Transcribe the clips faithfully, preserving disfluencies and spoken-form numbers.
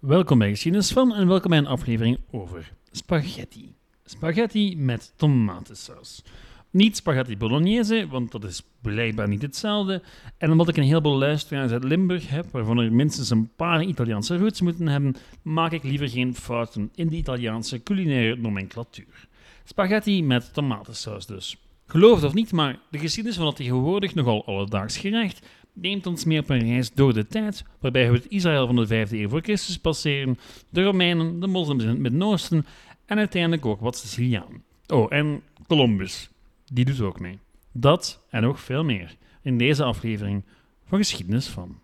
Welkom bij Geschiedenis van en welkom bij een aflevering over spaghetti. Spaghetti met tomatensaus. Niet spaghetti bolognese, want dat is blijkbaar niet hetzelfde. En omdat ik een heleboel luisteraars uit Limburg heb, waarvan er minstens een paar Italiaanse roots moeten hebben, maak ik liever geen fouten in de Italiaanse culinaire nomenclatuur. Spaghetti met tomatensaus dus. Geloof het of niet, maar de geschiedenis van dat tegenwoordig nogal alledaags gerecht neemt ons mee op een reis door de tijd, waarbij we het Israël van de vijfde eeuw voor Christus passeren, de Romeinen, de moslims in het Midden-Oosten en uiteindelijk ook wat Sicilianen. Oh, en Columbus. Die doet ook mee. Dat en nog veel meer in deze aflevering van Geschiedenis van.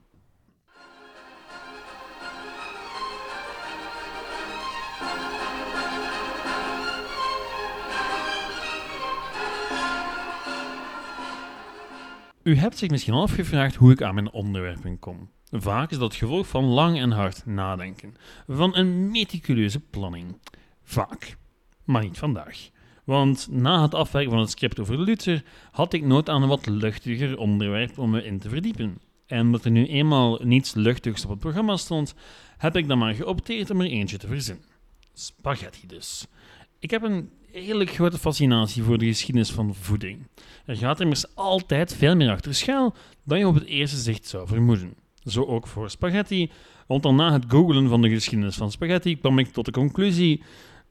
U hebt zich misschien al afgevraagd hoe ik aan mijn onderwerpen kom. Vaak is dat het gevolg van lang en hard nadenken, van een meticuleuze planning. Vaak, maar niet vandaag. Want na het afwerken van het script over Luther had ik nood aan een wat luchtiger onderwerp om me in te verdiepen. En omdat er nu eenmaal niets luchtigs op het programma stond, heb ik dan maar geopteerd om er eentje te verzinnen. Spaghetti dus. Ik heb een redelijk grote fascinatie voor de geschiedenis van voeding. Er gaat immers altijd veel meer achter schuil dan je op het eerste zicht zou vermoeden. Zo ook voor spaghetti, want al na het googlen van de geschiedenis van spaghetti kwam ik tot de conclusie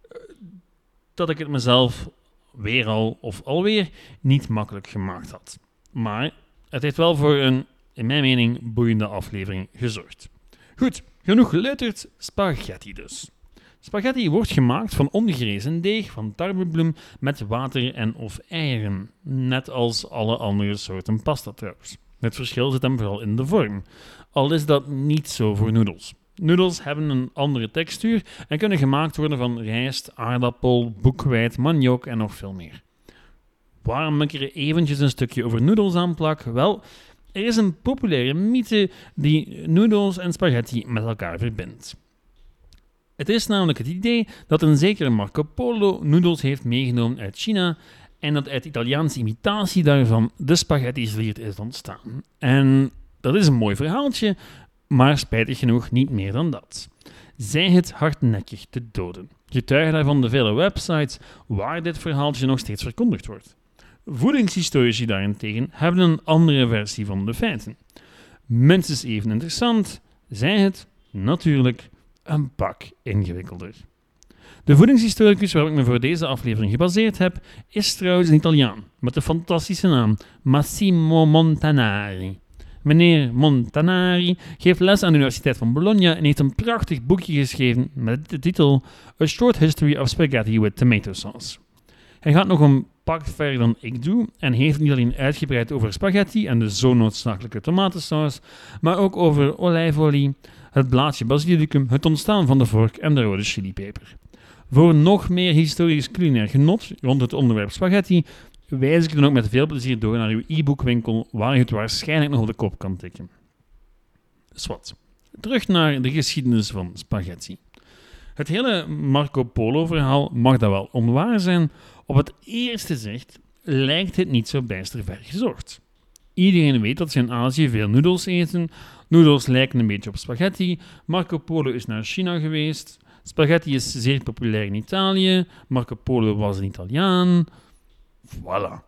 dat ik het mezelf weer al of alweer niet makkelijk gemaakt had. Maar het heeft wel voor een, in mijn mening, boeiende aflevering gezorgd. Goed, genoeg geleuterd, spaghetti dus. Spaghetti wordt gemaakt van ongerezen deeg van tarwebloem met water en of eieren, net als alle andere soorten pasta trouwens. Het verschil zit hem vooral in de vorm, al is dat niet zo voor noedels. Noedels hebben een andere textuur en kunnen gemaakt worden van rijst, aardappel, boekweit, maniok en nog veel meer. Waarom ik er eventjes een stukje over noedels aanplak? Wel, er is een populaire mythe die noedels en spaghetti met elkaar verbindt. Het is namelijk het idee dat een zekere Marco Polo noedels heeft meegenomen uit China en dat uit Italiaanse imitatie daarvan de spaghetti-sliert is ontstaan. En dat is een mooi verhaaltje, maar spijtig genoeg niet meer dan dat. Zij het hardnekkig te doden. Getuigen daarvan de vele websites waar dit verhaaltje nog steeds verkondigd wordt. Voedingshistorici daarentegen hebben een andere versie van de feiten. Minstens even interessant, zij het natuurlijk een pak ingewikkelder. De voedingshistoricus waarop ik me voor deze aflevering gebaseerd heb, is trouwens een Italiaan met de fantastische naam Massimo Montanari. Meneer Montanari geeft les aan de Universiteit van Bologna en heeft een prachtig boekje geschreven met de titel A Short History of Spaghetti with Tomato Sauce. Hij gaat nog een pak verder dan ik doe en heeft niet alleen uitgebreid over spaghetti en de zo noodzakelijke tomatensaus, maar ook over olijfolie, het blaadje basilicum, het ontstaan van de vork en de rode chilipeper. Voor nog meer historisch culinair genot rond het onderwerp spaghetti wijs ik dan ook met veel plezier door naar uw e-bookwinkel, waar je het waarschijnlijk nog op de kop kan tikken. Swat. Terug naar de geschiedenis van spaghetti. Het hele Marco Polo-verhaal mag dat wel onwaar zijn. Op het eerste zicht lijkt het niet zo bijster ver gezocht. Iedereen weet dat ze in Azië veel noedels eten. Noedels lijken een beetje op spaghetti. Marco Polo is naar China geweest. Spaghetti is zeer populair in Italië. Marco Polo was een Italiaan. Voilà.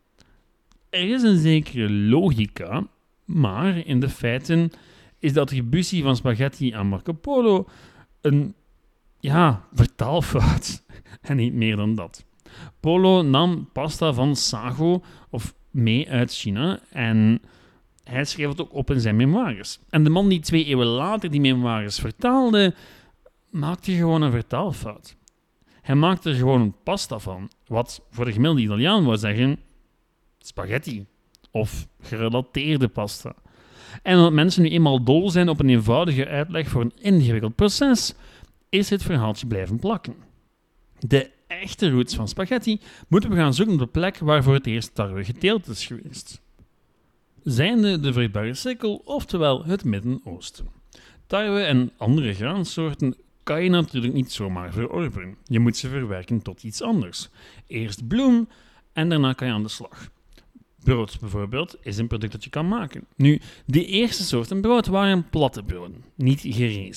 Er is een zekere logica, maar in de feiten is de attributie van spaghetti aan Marco Polo een, ja, vertaalfout. En niet meer dan dat. Polo nam pasta van Sago of mee uit China en hij schreef het ook op in zijn memoires. En de man die twee eeuwen later die memoires vertaalde, maakte gewoon een vertaalfout. Hij maakte er gewoon pasta van, wat voor de gemiddelde Italiaan wil zeggen spaghetti of gerelateerde pasta. En omdat mensen nu eenmaal dol zijn op een eenvoudige uitleg voor een ingewikkeld proces, is het verhaaltje blijven plakken. De echte roots van spaghetti moeten we gaan zoeken op de plek waar voor het eerst tarwe geteeld is geweest. Zijnde de vruchtbare sikkel, oftewel het Midden-Oosten. Tarwe en andere graansoorten kan je natuurlijk niet zomaar verorberen. Je moet ze verwerken tot iets anders. Eerst bloem en daarna kan je aan de slag. Brood bijvoorbeeld is een product dat je kan maken. Nu, de eerste soorten brood waren platte broden, niet gerezen.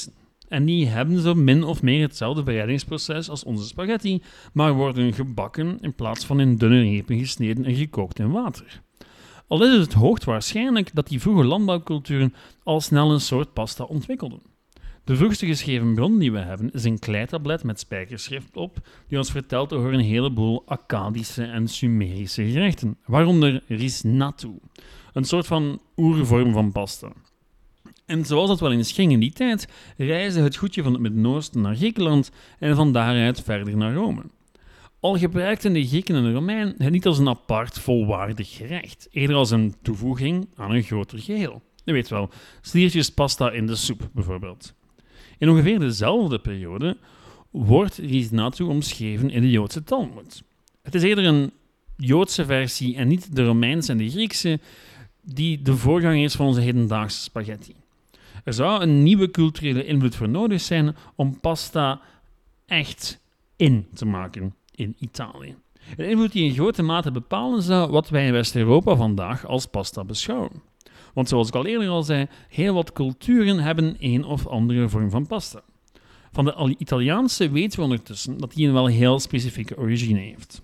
En die hebben zo min of meer hetzelfde bereidingsproces als onze spaghetti, maar worden gebakken in plaats van in dunne repen gesneden en gekookt in water. Al is het hoogstwaarschijnlijk dat die vroege landbouwculturen al snel een soort pasta ontwikkelden. De vroegste geschreven bron die we hebben is een kleitablet met spijkerschrift op, die ons vertelt over een heleboel Akkadische en Sumerische gerechten, waaronder risnatu, een soort van oervorm van pasta. En zoals dat wel eens ging in die tijd, reisde het goedje van het Midden-Oosten naar Griekenland en van daaruit verder naar Rome. Al gebruikten de Grieken en de Romeinen het niet als een apart, volwaardig gerecht, eerder als een toevoeging aan een groter geheel. Je weet wel, sliertjes pasta in de soep bijvoorbeeld. In ongeveer dezelfde periode wordt risnatu omschreven in de Joodse Talmud. Het is eerder een Joodse versie en niet de Romeinse en de Griekse, die de voorganger is van onze hedendaagse spaghetti. Er zou een nieuwe culturele invloed voor nodig zijn om pasta echt in te maken in Italië. Een invloed die in grote mate bepalen zou wat wij in West-Europa vandaag als pasta beschouwen. Want zoals ik al eerder al zei, heel wat culturen hebben een of andere vorm van pasta. Van de Italiaanse weten we ondertussen dat die een wel heel specifieke origine heeft.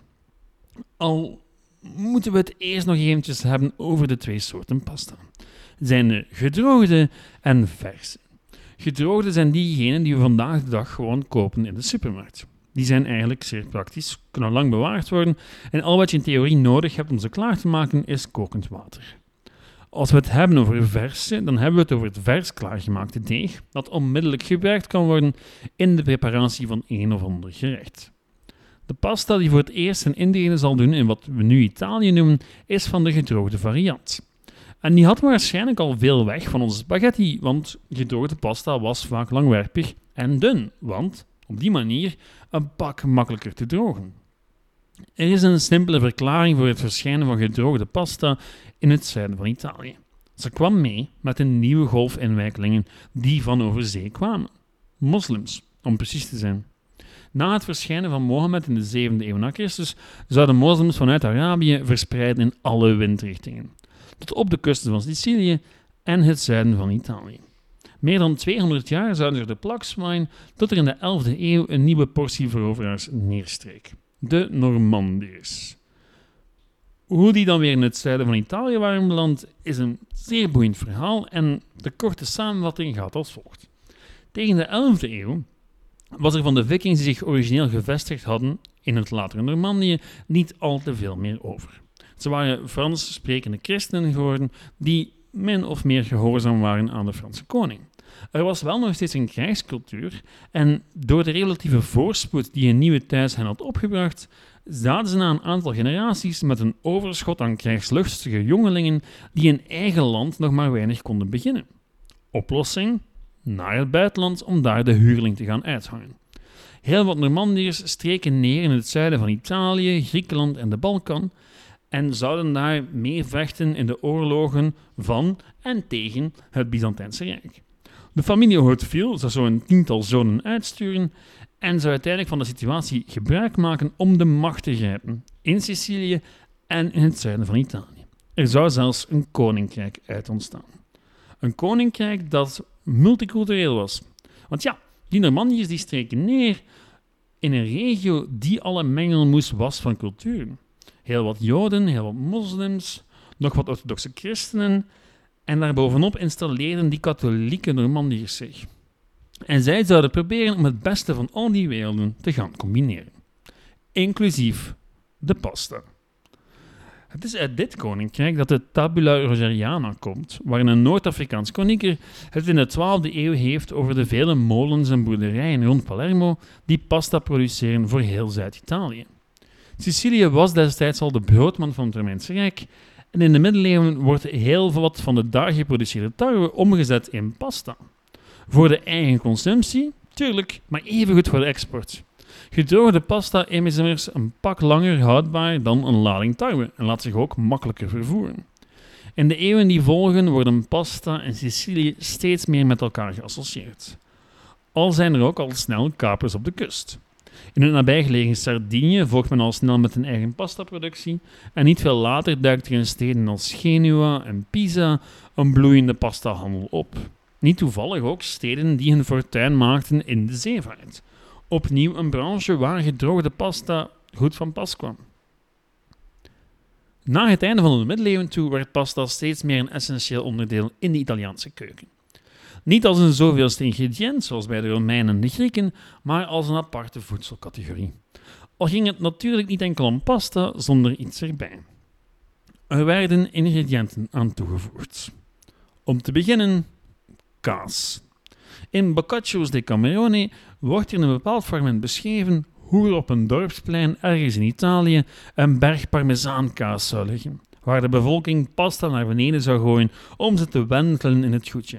Al moeten we het eerst nog eventjes hebben over de twee soorten pasta. Het zijn de gedroogde en verse. Gedroogde zijn diegenen die we vandaag de dag gewoon kopen in de supermarkt. Die zijn eigenlijk zeer praktisch, kunnen lang bewaard worden en al wat je in theorie nodig hebt om ze klaar te maken is kokend water. Als we het hebben over verse, dan hebben we het over het vers klaargemaakte deeg dat onmiddellijk gebruikt kan worden in de preparatie van een of ander gerecht. De pasta die voor het eerst zijn intrede zal doen in wat we nu Italië noemen, is van de gedroogde variant. En die had waarschijnlijk al veel weg van onze spaghetti, want gedroogde pasta was vaak langwerpig en dun, want op die manier een pak makkelijker te drogen. Er is een simpele verklaring voor het verschijnen van gedroogde pasta in het zuiden van Italië. Ze kwam mee met een nieuwe golf inwijkelingen die van over zee kwamen. Moslims, om precies te zijn. Na het verschijnen van Mohammed in de zevende eeuw na Christus zouden moslims vanuit Arabië verspreiden in alle windrichtingen, tot op de kusten van Sicilië en het zuiden van Italië. Meer dan tweehonderd jaar zouden ze er de plak zwaaien tot er in de elfde eeuw een nieuwe portie veroveraars neerstreek. De Normandiërs. Hoe die dan weer in het zuiden van Italië waren beland, is een zeer boeiend verhaal en de korte samenvatting gaat als volgt. Tegen de elfde eeuw was er van de vikings die zich origineel gevestigd hadden in het latere Normandië niet al te veel meer over. Ze waren Frans sprekende christenen geworden die min of meer gehoorzaam waren aan de Franse koning. Er was wel nog steeds een krijgscultuur en door de relatieve voorspoed die een nieuwe thuis hen had opgebracht, zaten ze na een aantal generaties met een overschot aan krijgslustige jongelingen die in eigen land nog maar weinig konden beginnen. Oplossing? Naar het buitenland om daar de huurling te gaan uithangen. Heel wat Normandiërs streken neer in het zuiden van Italië, Griekenland en de Balkan en zouden daar mee vechten in de oorlogen van en tegen het Byzantijnse Rijk. De familie Hauteville zou zo een tiental zonen uitsturen en zou uiteindelijk van de situatie gebruik maken om de macht te grijpen in Sicilië en in het zuiden van Italië. Er zou zelfs een koninkrijk uit ontstaan. Een koninkrijk dat multicultureel was. Want ja, die Normandiërs die streken neer in een regio die al een mengelmoes was van culturen. Heel wat Joden, heel wat moslims, nog wat orthodoxe christenen en daarbovenop installeerden die katholieke Normandiërs zich. En zij zouden proberen om het beste van al die werelden te gaan combineren. Inclusief de pasta. Het is uit dit koninkrijk dat de tabula rogeriana komt, waarin een Noord-Afrikaans chroniker het in de twaalfde eeuw heeft over de vele molens en boerderijen rond Palermo die pasta produceren voor heel Zuid-Italië. Sicilië was destijds al de broodman van het Romeinse Rijk en in de middeleeuwen wordt heel wat van de daar geproduceerde tarwe omgezet in pasta. Voor de eigen consumptie, tuurlijk, maar evengoed voor de export. Gedroogde pasta is immers een pak langer houdbaar dan een lading tarwe en laat zich ook makkelijker vervoeren. In de eeuwen die volgen worden pasta en Sicilië steeds meer met elkaar geassocieerd. Al zijn er ook al snel kapers op de kust. In het nabijgelegen Sardinië volgt men al snel met een eigen pastaproductie en niet veel later duikt er in steden als Genua en Pisa een bloeiende pastahandel op. Niet toevallig ook steden die hun fortuin maakten in de zeevaart. Opnieuw een branche waar gedroogde pasta goed van pas kwam. Na het einde van de middeleeuwen toe werd pasta steeds meer een essentieel onderdeel in de Italiaanse keuken. Niet als een zoveelste ingrediënt, zoals bij de Romeinen en de Grieken, maar als een aparte voedselcategorie. Al ging het natuurlijk niet enkel om pasta zonder iets erbij. Er werden ingrediënten aan toegevoegd. Om te beginnen, kaas. In Boccaccio's Decamerone wordt in een bepaald fragment beschreven hoe er op een dorpsplein ergens in Italië een berg parmezaankaas zou liggen, waar de bevolking pasta naar beneden zou gooien om ze te wentelen in het goedje.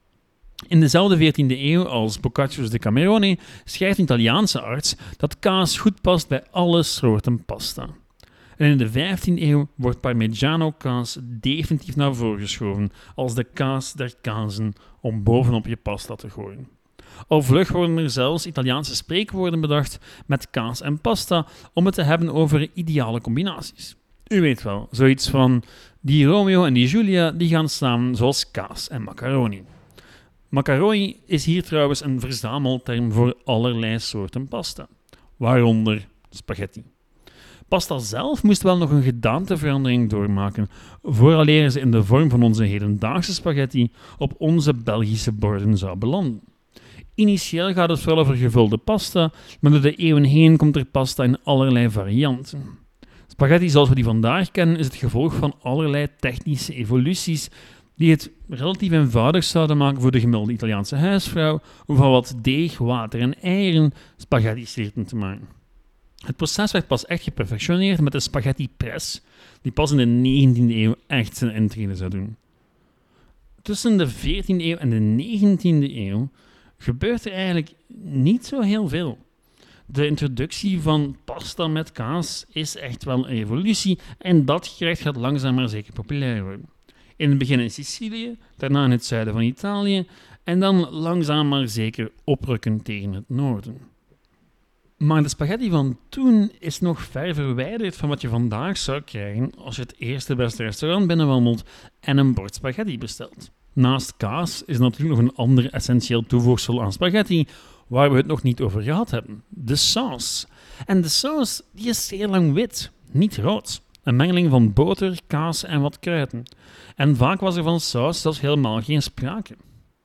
In dezelfde veertiende eeuw als Boccaccio's Decamerone schrijft een Italiaanse arts dat kaas goed past bij alle soorten pasta. En in de vijftiende eeuw wordt Parmigiano-kaas definitief naar voren geschoven als de kaas der kazen om bovenop je pasta te gooien. Al vlug worden er zelfs Italiaanse spreekwoorden bedacht met kaas en pasta om het te hebben over ideale combinaties. U weet wel, zoiets van die Romeo en die Julia die gaan samen zoals kaas en macaroni. Macaroni is hier trouwens een verzamelterm voor allerlei soorten pasta, waaronder spaghetti. Pasta zelf moest wel nog een gedaanteverandering doormaken, vooraleer ze in de vorm van onze hedendaagse spaghetti op onze Belgische borden zou belanden. Initieel gaat het vooral over gevulde pasta, maar door de eeuwen heen komt er pasta in allerlei varianten. Spaghetti zoals we die vandaag kennen is het gevolg van allerlei technische evoluties die het relatief eenvoudig zouden maken voor de gemiddelde Italiaanse huisvrouw om van wat deeg, water en eieren spaghetti-slierten te maken. Het proces werd pas echt geperfectioneerd met de spaghetti-press, die pas in de negentiende eeuw echt zijn intrede zou doen. Tussen de veertiende eeuw en de negentiende eeuw gebeurt er eigenlijk niet zo heel veel. De introductie van pasta met kaas is echt wel een revolutie en dat gerecht gaat langzaam maar zeker populair worden. In het begin in Sicilië, daarna in het zuiden van Italië en dan langzaam maar zeker oprukken tegen het noorden. Maar de spaghetti van toen is nog ver verwijderd van wat je vandaag zou krijgen als je het eerste beste restaurant binnenwandelt en een bord spaghetti bestelt. Naast kaas is er natuurlijk nog een ander essentieel toevoegsel aan spaghetti waar we het nog niet over gehad hebben. De saus. En de saus die is zeer lang wit, niet rood. Een mengeling van boter, kaas en wat kruiden. En vaak was er van saus zelfs helemaal geen sprake.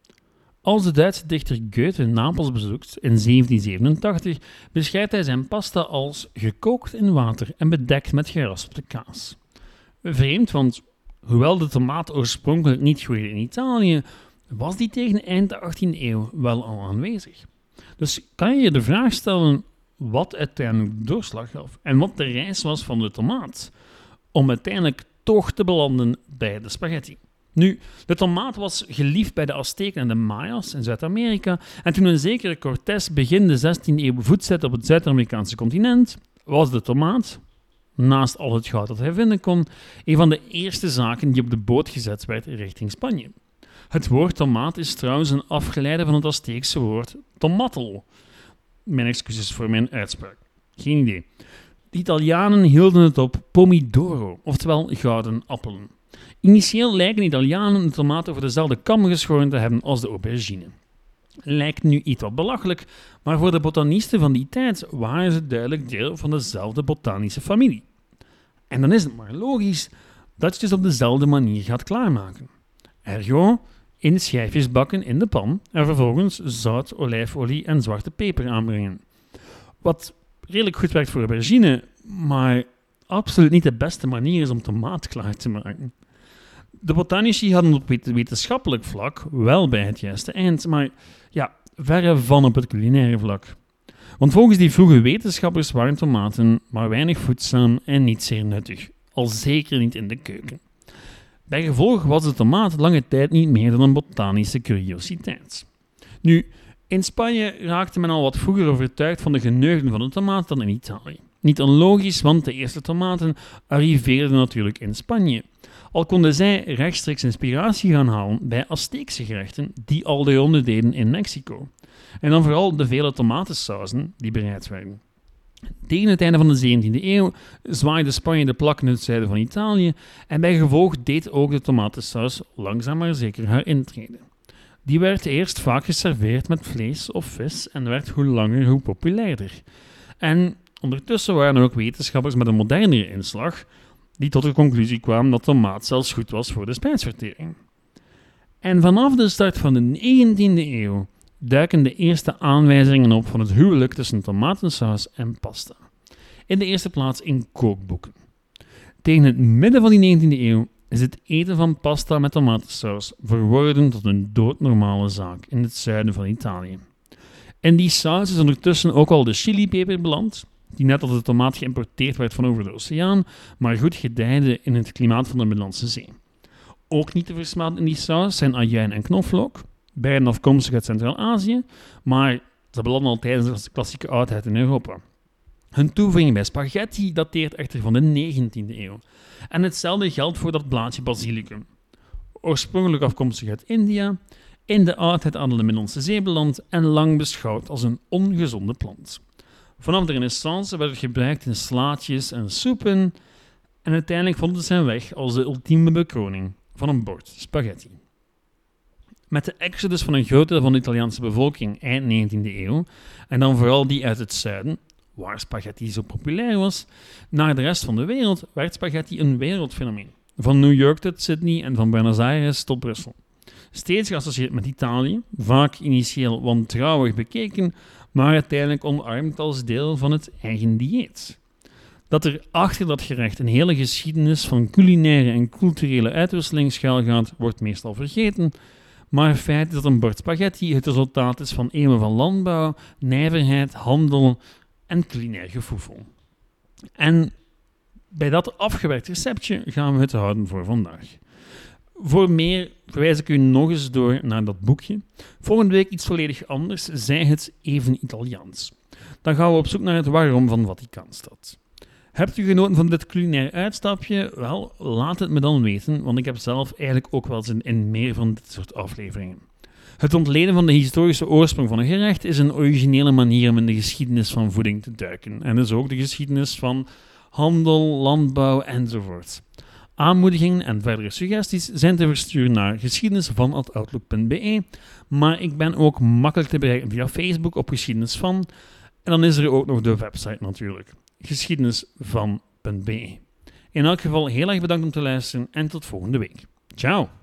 Als de Duitse dichter Goethe Napels bezoekt in zeventien zevenentachtig, beschrijft hij zijn pasta als gekookt in water en bedekt met geraspte kaas. Vreemd, want hoewel de tomaat oorspronkelijk niet groeide in Italië, was die tegen eind de achttiende eeuw wel al aanwezig. Dus kan je je de vraag stellen wat uiteindelijk de doorslag gaf en wat de reis was van de tomaat om uiteindelijk toch te belanden bij de spaghetti. Nu, de tomaat was geliefd bij de Azteken en de Maya's in Zuid-Amerika en toen een zekere Cortés begin de zestiende eeuw voet zette op het Zuid-Amerikaanse continent, was de tomaat, naast al het goud dat hij vinden kon, een van de eerste zaken die op de boot gezet werd richting Spanje. Het woord tomaat is trouwens een afgeleide van het Azteekse woord tomatl. Mijn excuses voor mijn uitspraak. Geen idee. De Italianen hielden het op pomidoro, oftewel gouden appelen. Initieel lijken Italianen de tomaat over dezelfde kam geschoren te hebben als de aubergine. Lijkt nu iets wat belachelijk, maar voor de botanisten van die tijd waren ze duidelijk deel van dezelfde botanische familie. En dan is het maar logisch dat je dus op dezelfde manier gaat klaarmaken. Ergo, in schijfjes bakken in de pan en vervolgens zout, olijfolie en zwarte peper aanbrengen. Wat redelijk goed werkt voor aubergine, maar absoluut niet de beste manier is om tomaat klaar te maken. De botanici hadden op wetenschappelijk vlak wel bij het juiste eind, maar ja, verre van op het culinaire vlak. Want volgens die vroege wetenschappers waren tomaten maar weinig voedzaam en niet zeer nuttig, al zeker niet in de keuken. Bijgevolg was de tomaat lange tijd niet meer dan een botanische curiositeit. Nu, in Spanje raakte men al wat vroeger overtuigd van de geneugden van de tomaat dan in Italië. Niet onlogisch, want de eerste tomaten arriveerden natuurlijk in Spanje. Al konden zij rechtstreeks inspiratie gaan halen bij Azteekse gerechten die al de ronde deden in Mexico. En dan vooral de vele tomatensauzen die bereid werden. Tegen het einde van de zeventiende eeuw zwaaide Spanje de plak in het zuiden van Italië en bijgevolg deed ook de tomatensaus langzaam maar zeker haar intrede. Die werd eerst vaak geserveerd met vlees of vis en werd hoe langer hoe populairder. En ondertussen waren er ook wetenschappers met een modernere inslag die tot de conclusie kwamen dat tomaat zelfs goed was voor de spijsvertering. En vanaf de start van de negentiende eeuw duiken de eerste aanwijzingen op van het huwelijk tussen tomatensaus en pasta. In de eerste plaats in kookboeken. Tegen het midden van die negentiende eeuw is het eten van pasta met tomatensaus verworden tot een doodnormale zaak in het zuiden van Italië. In die saus is ondertussen ook al de chilipeper beland, die net als de tomaat geïmporteerd werd van over de oceaan, maar goed gedijde in het klimaat van de Middellandse Zee. Ook niet te versmaden in die saus zijn ajuin en knoflook, beiden afkomstig uit Centraal-Azië, maar ze belanden al tijdens de klassieke oudheid in Europa. Hun toevoeging bij spaghetti dateert echter van de negentiende eeuw. En hetzelfde geldt voor dat blaadje basilicum. Oorspronkelijk afkomstig uit India, in de oudheid aan de Middellandse Zee beland en lang beschouwd als een ongezonde plant. Vanaf de Renaissance werd het gebruikt in slaatjes en soepen en uiteindelijk vond het zijn weg als de ultieme bekroning van een bord spaghetti. Met de exodus van een groot deel van de Italiaanse bevolking eind negentiende eeuw, en dan vooral die uit het zuiden, waar spaghetti zo populair was, naar de rest van de wereld werd spaghetti een wereldfenomeen. Van New York tot Sydney en van Buenos Aires tot Brussel. Steeds geassocieerd met Italië, vaak initieel wantrouwig bekeken, maar uiteindelijk omarmd als deel van het eigen dieet. Dat er achter dat gerecht een hele geschiedenis van culinaire en culturele uitwisseling schuilgaat, wordt meestal vergeten, maar het feit dat een bord spaghetti het resultaat is van eeuwen van landbouw, nijverheid, handel en culinair gevoel. En bij dat afgewerkt receptje gaan we het houden voor vandaag. Voor meer verwijs ik u nog eens door naar dat boekje. Volgende week iets volledig anders, zij het even Italiaans. Dan gaan we op zoek naar het waarom van Vaticaanstad. Hebt u genoten van dit culinair uitstapje? Wel, laat het me dan weten, want ik heb zelf eigenlijk ook wel zin in meer van dit soort afleveringen. Het ontleden van de historische oorsprong van een gerecht is een originele manier om in de geschiedenis van voeding te duiken. En dus ook de geschiedenis van handel, landbouw enzovoort. Aanmoedigingen en verdere suggesties zijn te versturen naar geschiedenis van at outlook punt b e, maar ik ben ook makkelijk te bereiken via Facebook op geschiedenis van. En dan is er ook nog de website natuurlijk, geschiedenis van punt b e. In elk geval heel erg bedankt om te luisteren en tot volgende week. Ciao!